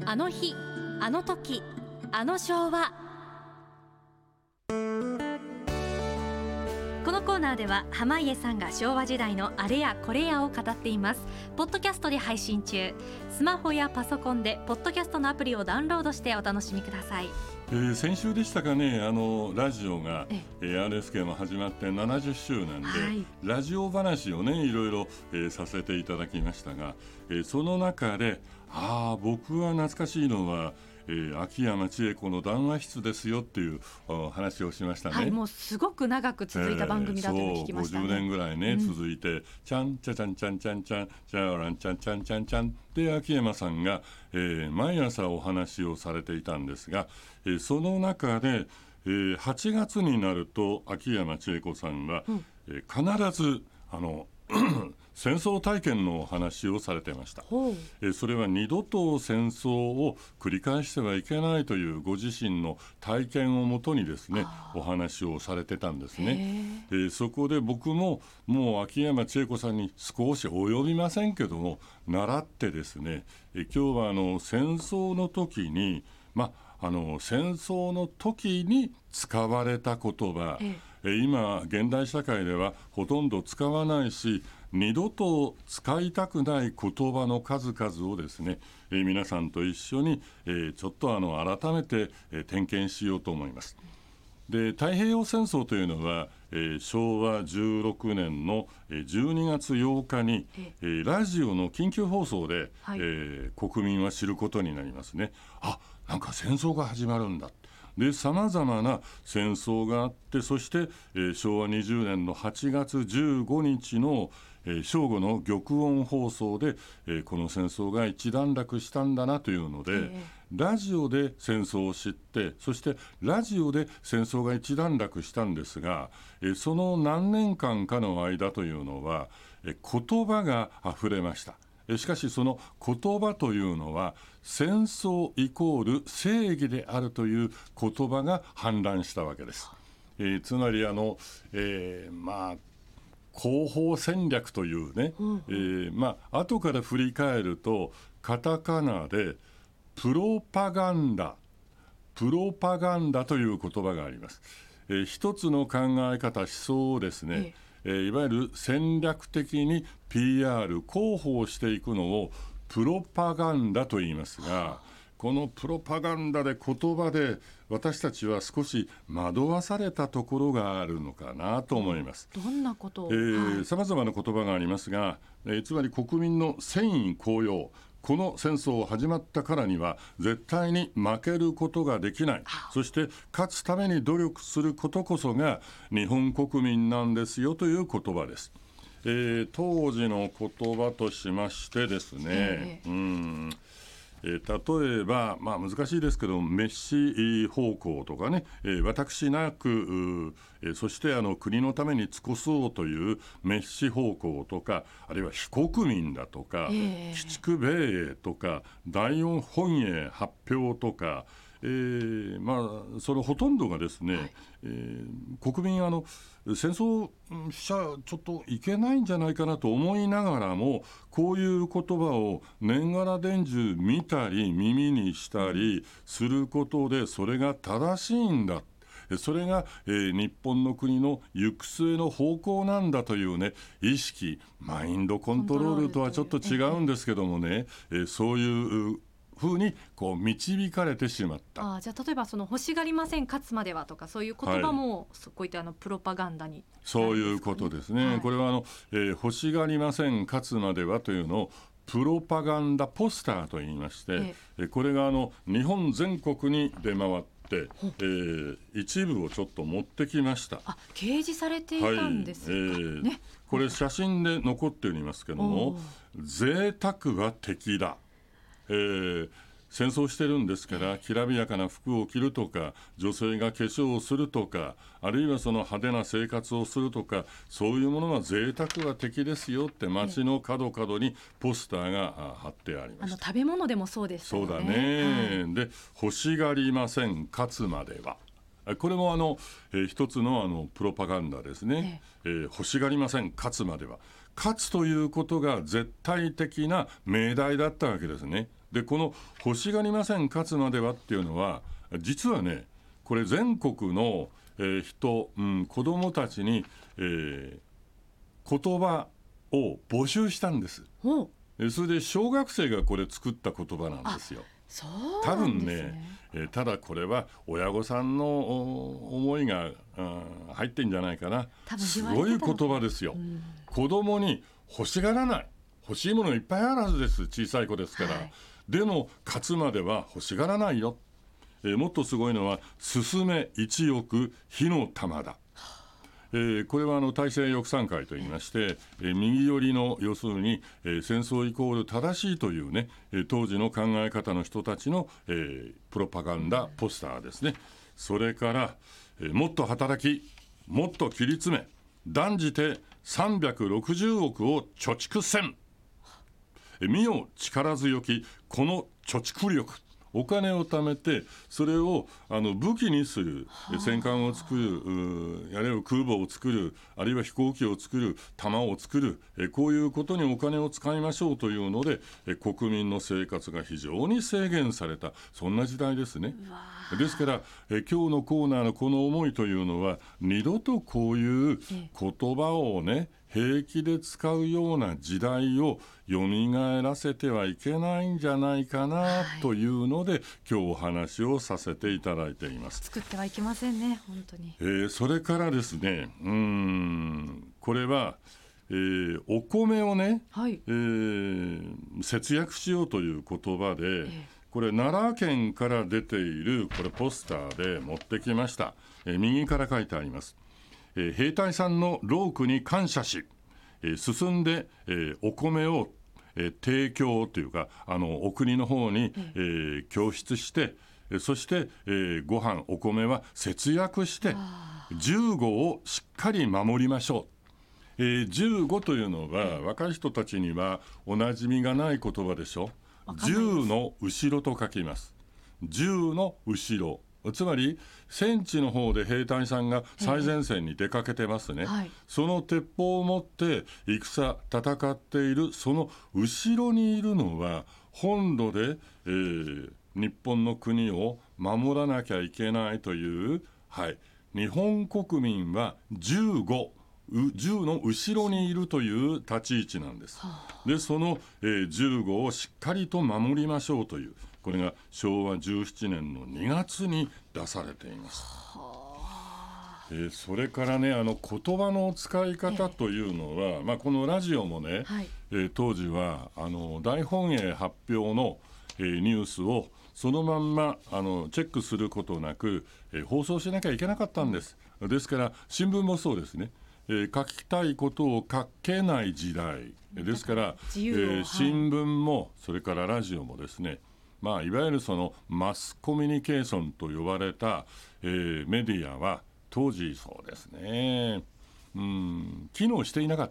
あの日あの時あの昭和。このコーナーでは濱家さんが昭和時代のあれやこれやを語っています。ポッドキャストで配信中。スマホやパソコンでポッドキャストのアプリをダウンロードしてお楽しみください。 先週でしたかね、ラジオが、RSK も始まって70周年で、ラジオ話をねいろいろ、させていただきましたが、その中で僕は懐かしいのは、秋山千恵子の談話室ですよっていう話をしましたね。 もうすごく長く続いた番組だというのを聞きましたね。 50年ぐらいね、続いてちゃんちゃちゃんちゃんちゃんちゃんちゃらんちゃんちゃんちゃんちゃんで秋山さんが、毎朝お話をされていたんですが、その中で、8月になると秋山千恵子さんは、必ず戦争体験のお話をされていました。それは二度と戦争を繰り返してはいけないというご自身の体験をもとにですねお話をされてたんですね。そこで僕ももう秋山千恵子さんに少し及びませんけども習ってですね、今日は戦争の時に戦争の時に使われた言葉、今現代社会ではほとんど使わないし二度と使いたくない言葉の数々をですね、皆さんと一緒に、ちょっと改めて、点検しようと思います。で、太平洋戦争というのは、昭和16年の12月8日に、ラジオの緊急放送で、国民は知ることになりますね。なんか戦争が始まるんだ。で、様々な戦争があって、そして、昭和20年の8月15日の、正午の玉音放送で、この戦争が一段落したんだなというので、ラジオで戦争を知って、そしてラジオで戦争が一段落したんですが、その何年間かの間というのは、言葉があふれました。しかしその言葉というのは戦争イコール正義であるという言葉が氾濫したわけです。つまり広報戦略というね、後から振り返るとカタカナでプロパガンダという言葉があります。一つの考え方思想をですね、いわゆる戦略的に PR 広報していくのをプロパガンダと言いますが、このプロパガンダで言葉で私たちは少し惑わされたところがあるのかなと思います。 どんなことを？ 様々な言葉がありますが、つまり国民の戦意高揚、この戦争始まったからには絶対に負けることができない、そして勝つために努力することこそが日本国民なんですよという言葉です。当時の言葉としましてですね、例えば、難しいですけど滅私奉公とかね、私なくそして国のために尽くそうという滅私奉公とか、あるいは非国民だとか、鬼畜米英とか第四本営発表とか、そのほとんどがですね、国民戦争しちゃちょっといけないんじゃないかなと思いながらも、こういう言葉を年がら年中見たり耳にしたりすることで、それが正しいんだ、それが、日本の国の行く末の方向なんだというね意識、マインドコントロールとはちょっと違うんですけどもね、そういう風に導かれてしまった。 じゃあ例えば欲しがりません勝つまではとか、そういう言葉も、こういったプロパガンダに、 そういうことですね。これは欲しがりません勝つまではというのをプロパガンダポスターと言いまして、これが日本全国に出回って、一部をちょっと持ってきました。 掲示されていたんですか、 これ写真で残っておりますけども、贅沢は敵だ、戦争してるんですからきらびやかな服を着るとか、女性が化粧をするとか、あるいはその派手な生活をするとか、そういうものは贅沢は敵ですよって街の角々にポスターが貼ってありました。 食べ物でもそうでしたよね。 そうだね、で欲しがりません勝つまでは、これも一つのプロパガンダですね。欲しがりません勝つまでは、 勝つということが絶対的な命題だったわけですね。でこの欲しがりません勝つまではっていうのは実はねこれ全国の、子どもたちに、言葉を募集したんです。それで小学生がこれ作った言葉なんですよ。 そう多なんです分ねね。 ただこれは親御さんの思いが入ってんじゃないかな。 多分す言われてたのかごい言葉ですよ。子供に欲しがらない、欲しいものいっぱいあるはずです。小さい子ですから、でも勝つまでは欲しがらないよ。もっとすごいのは進め一億火の玉だ。これは大西翼賛会といいまして、右寄りの要するに、戦争イコール正しいというね、当時の考え方の人たちの、プロパガンダポスターですね。それから、もっと働きもっと切り詰め断じて360億を貯蓄せん。見よ力強きこの貯蓄力。お金を貯めてそれを武器にする、戦艦を作る、あるいは空母を作る、あるいは飛行機を作る、弾を作る、こういうことにお金を使いましょうというので、国民の生活が非常に制限された、そんな時代ですね。ですから、今日のコーナーのこの思いというのは二度とこういう言葉をね平気で使うような時代を蘇らせてはいけないんじゃないかなというので、今日お話をさせていただいています。 作ってはいけませんね本当に。 それからですねこれは、お米をね、節約しようという言葉で、これ奈良県から出ているこれポスターで持ってきました。右から書いてあります。兵隊さんの労苦に感謝し、進んで、お米を、提供というかお国の方に、供出して、そして、ご飯お米は節約して15をしっかり守りましょう。15というのは若い人たちにはおなじみがない言葉でしょ。10の後ろと書きます。10の後ろ、つまり戦地の方で兵隊さんが最前線に出かけてますね、その鉄砲を持って戦っているその後ろにいるのは本土で、日本の国を守らなきゃいけないという、日本国民は10の後ろにいるという立ち位置なんです。でその、15をしっかりと守りましょうという、これが昭和17年の2月に出されています。それからね言葉の使い方というのは、このラジオもね、当時は大本営発表の、ニュースをそのまんまチェックすることなく、放送しなきゃいけなかったんです。ですから新聞もそうですね、書きたいことを書けない時代ですから、新聞もそれからラジオもですね、いわゆるそのマスコミュニケーションと呼ばれた、メディアは当時そうですね、機能していなかった、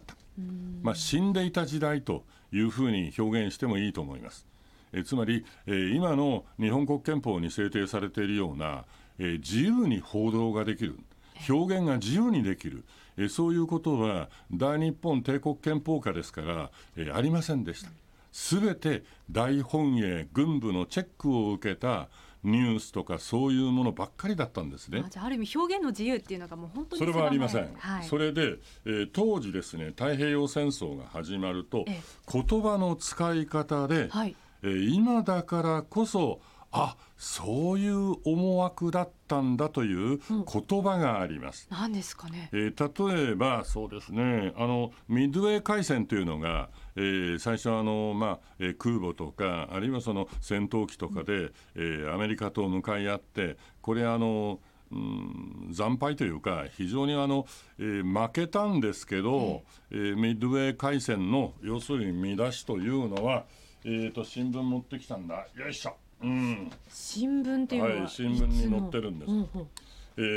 死んでいた時代というふうに表現してもいいと思います。つまり、今の日本国憲法に制定されているような、自由に報道ができる、表現が自由にできる、そういうことは大日本帝国憲法下ですから、ありませんでした。すべて大本営軍部のチェックを受けたニュースとかそういうものばっかりだったんですね。 じゃあある意味表現の自由っていうのがもう本当にそれはありません、それで、当時ですね太平洋戦争が始まると、言葉の使い方で、今だからこそそういう思惑だったんだという言葉があります。 何ですかね。 例えばそうですねミッドウェー海戦というのが、最初空母とかあるいはその戦闘機とかで、アメリカと向かい合って、これ惨敗というか非常に負けたんですけど、ミッドウェー海戦の要するに見出しというのは、新聞持ってきたんだ。よいしょ。 新聞っていうのは、 新聞に載ってるんです、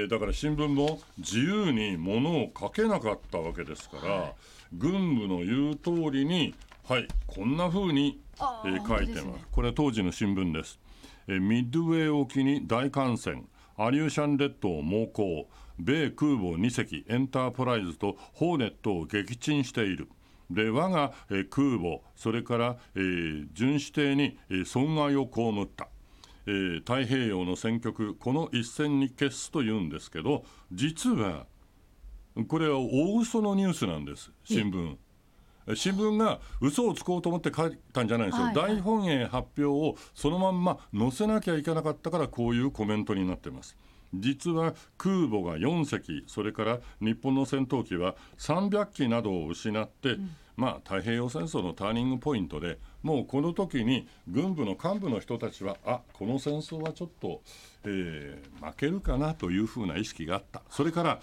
だから新聞も自由に物を書けなかったわけですから、軍部の言う通りに、こんな風に、書いてます。これは当時の新聞です。ミッドウェー沖に大艦船、アリューシャン列島猛攻、米空母2隻エンタープライズとホーネットを撃沈している。 で我が、空母それから、巡視艇に、損害を被った、太平洋の戦局この一戦に決すというんですけど、実はこれは大嘘のニュースなんです。新聞が嘘をつこうと思って書いたんじゃないんですよ、大本営発表をそのまんま載せなきゃいけなかったからこういうコメントになっています。実は空母が4隻それから日本の戦闘機は300機などを失って、太平洋戦争のターニングポイントで、もうこの時に軍部の幹部の人たちはこの戦争はちょっと、負けるかなというふうな意識があった。それから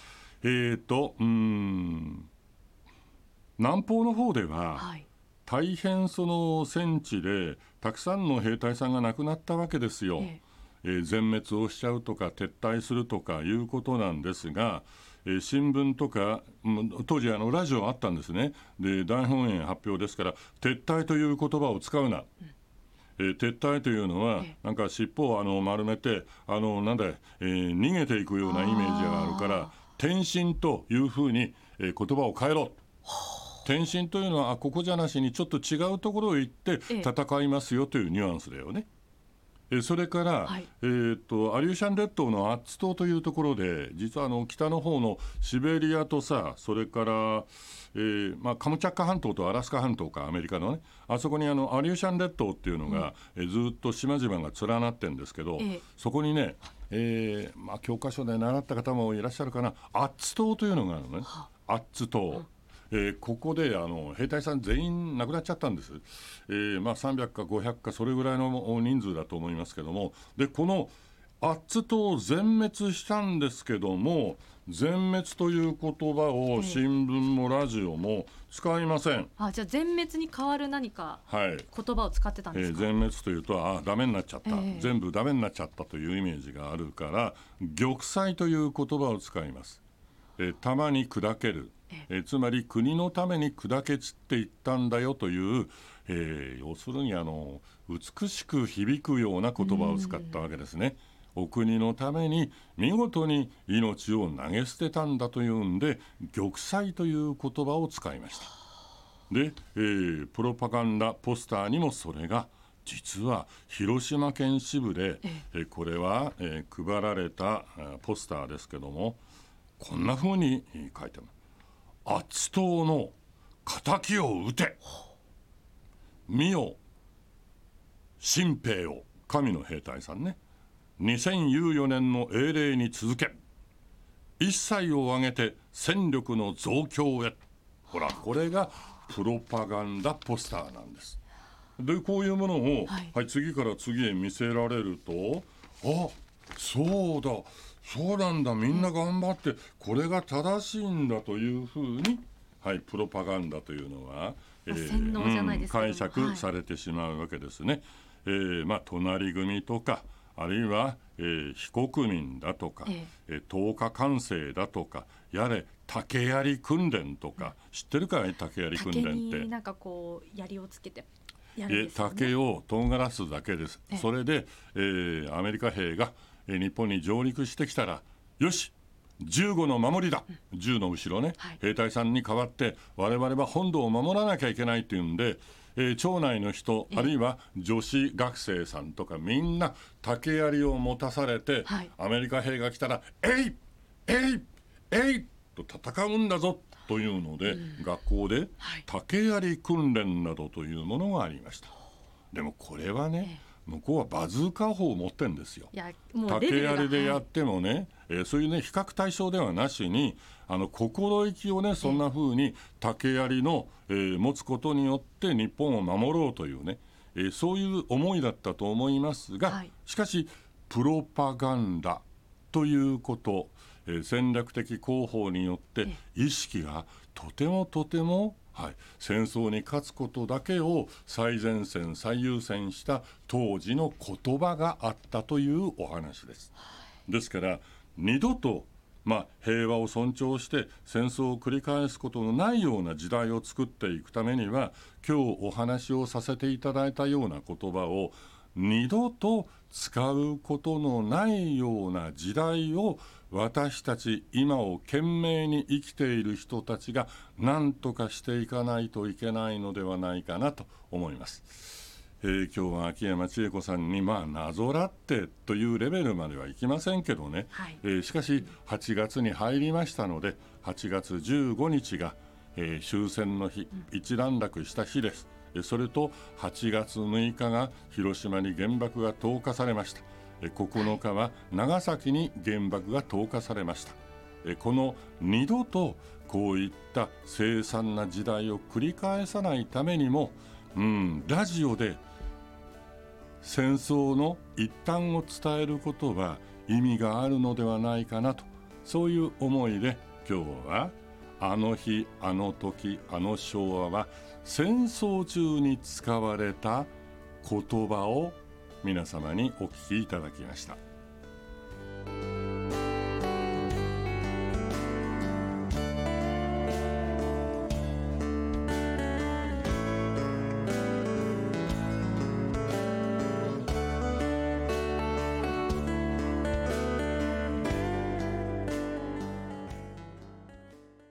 南方の方では、大変その戦地でたくさんの兵隊さんが亡くなったわけですよ。全滅をしちゃうとか撤退するとかいうことなんですが、新聞とか当時ラジオあったんですね。で大本営発表ですから撤退という言葉を使うな、撤退というのはなんか尻尾を丸めて逃げていくようなイメージがあるから転進というふうに、言葉を変えろ。転進というのはここじゃなしにちょっと違うところを行って戦いますよというニュアンスだよね。それから、アリューシャン列島のアッツ島というところで実は北の方のシベリアとそれから、カムチャッカ半島とアラスカ半島かアメリカのね、あそこにアリューシャン列島っていうのが、ずっと島々が連なってるんですけど、そこにね、教科書で習った方もいらっしゃるかな、アッツ島というのがあるのね。アッツ島、ここで兵隊さん全員亡くなっちゃったんです。300か500かそれぐらいの人数だと思いますけども、でこのアッツ島全滅したんですけども、全滅という言葉を新聞もラジオも使いません。 じゃあ全滅に代わる何か言葉を使ってたんですか。 全滅というとダメになっちゃった、全部ダメになっちゃったというイメージがあるから玉砕という言葉を使います。弾に砕ける、つまり国のために砕け散っていったんだよという、要するに美しく響くような言葉を使ったわけですね。お国のために見事に命を投げ捨てたんだというんで玉砕という言葉を使いました。で、プロパガンダポスターにもそれが実は広島県支部で、これは、配られたポスターですけども、こんな風に書いてます。アッツ島の仇を討て、見よ新兵を、神の兵隊さんね、2014年の英霊に続け、一切を挙げて戦力の増強へ。ほらこれがプロパガンダポスターなんです。でこういうものを、次から次へ見せられると、そうだそうなんだ、みんな頑張ってこれが正しいんだというふうに、プロパガンダというのは、 洗脳じゃないですけども、 解釈されてしまうわけですね。隣組とかあるいは、非国民だとか、投下管制だとか、やれ竹槍訓練とか、知ってるかい、竹槍訓練って。 竹になんかこう槍をつけてやるんですよね。 竹を唐辛すだけです。それで、アメリカ兵が日本に上陸してきたら、よし15の守りだ、10の後ろね、兵隊さんに代わって我々は本土を守らなきゃいけないというんで、町内の人、あるいは女子学生さんとかみんな竹槍を持たされて、アメリカ兵が来たらえいえいえいと戦うんだぞというので、学校で竹槍訓練などというものがありました。でもこれはね、向こうはバズーカ砲を持ってるんですよ。竹槍でやってもね、そういうね比較対象ではなしに、心意気をね、そんな風に竹槍の、持つことによって日本を守ろうというね、そういう思いだったと思いますが、しかしプロパガンダということ、戦略的広報によって意識がとても戦争に勝つことだけを最前線最優先した当時の言葉があったというお話です。ですから二度と平和を尊重して戦争を繰り返すことのないような時代を作っていくためには、今日お話をさせていただいたような言葉を二度と使うことのないような時代を私たち今を懸命に生きている人たちが何とかしていかないといけないのではないかなと思います。今日は秋山千恵子さんになぞらってというレベルまではいきませんけどね、 はい、 しかし8月に入りましたので8月15日が、終戦の日、一段落した日です。それと8月6日が広島に原爆が投下されました。9日は長崎に原爆が投下されました。この二度とこういった凄惨な時代を繰り返さないためにも、ラジオで戦争の一端を伝えることは意味があるのではないかなと、そういう思いで今日はあの日あの時あの昭和は戦争中に使われた言葉を皆様にお聞きいただきました。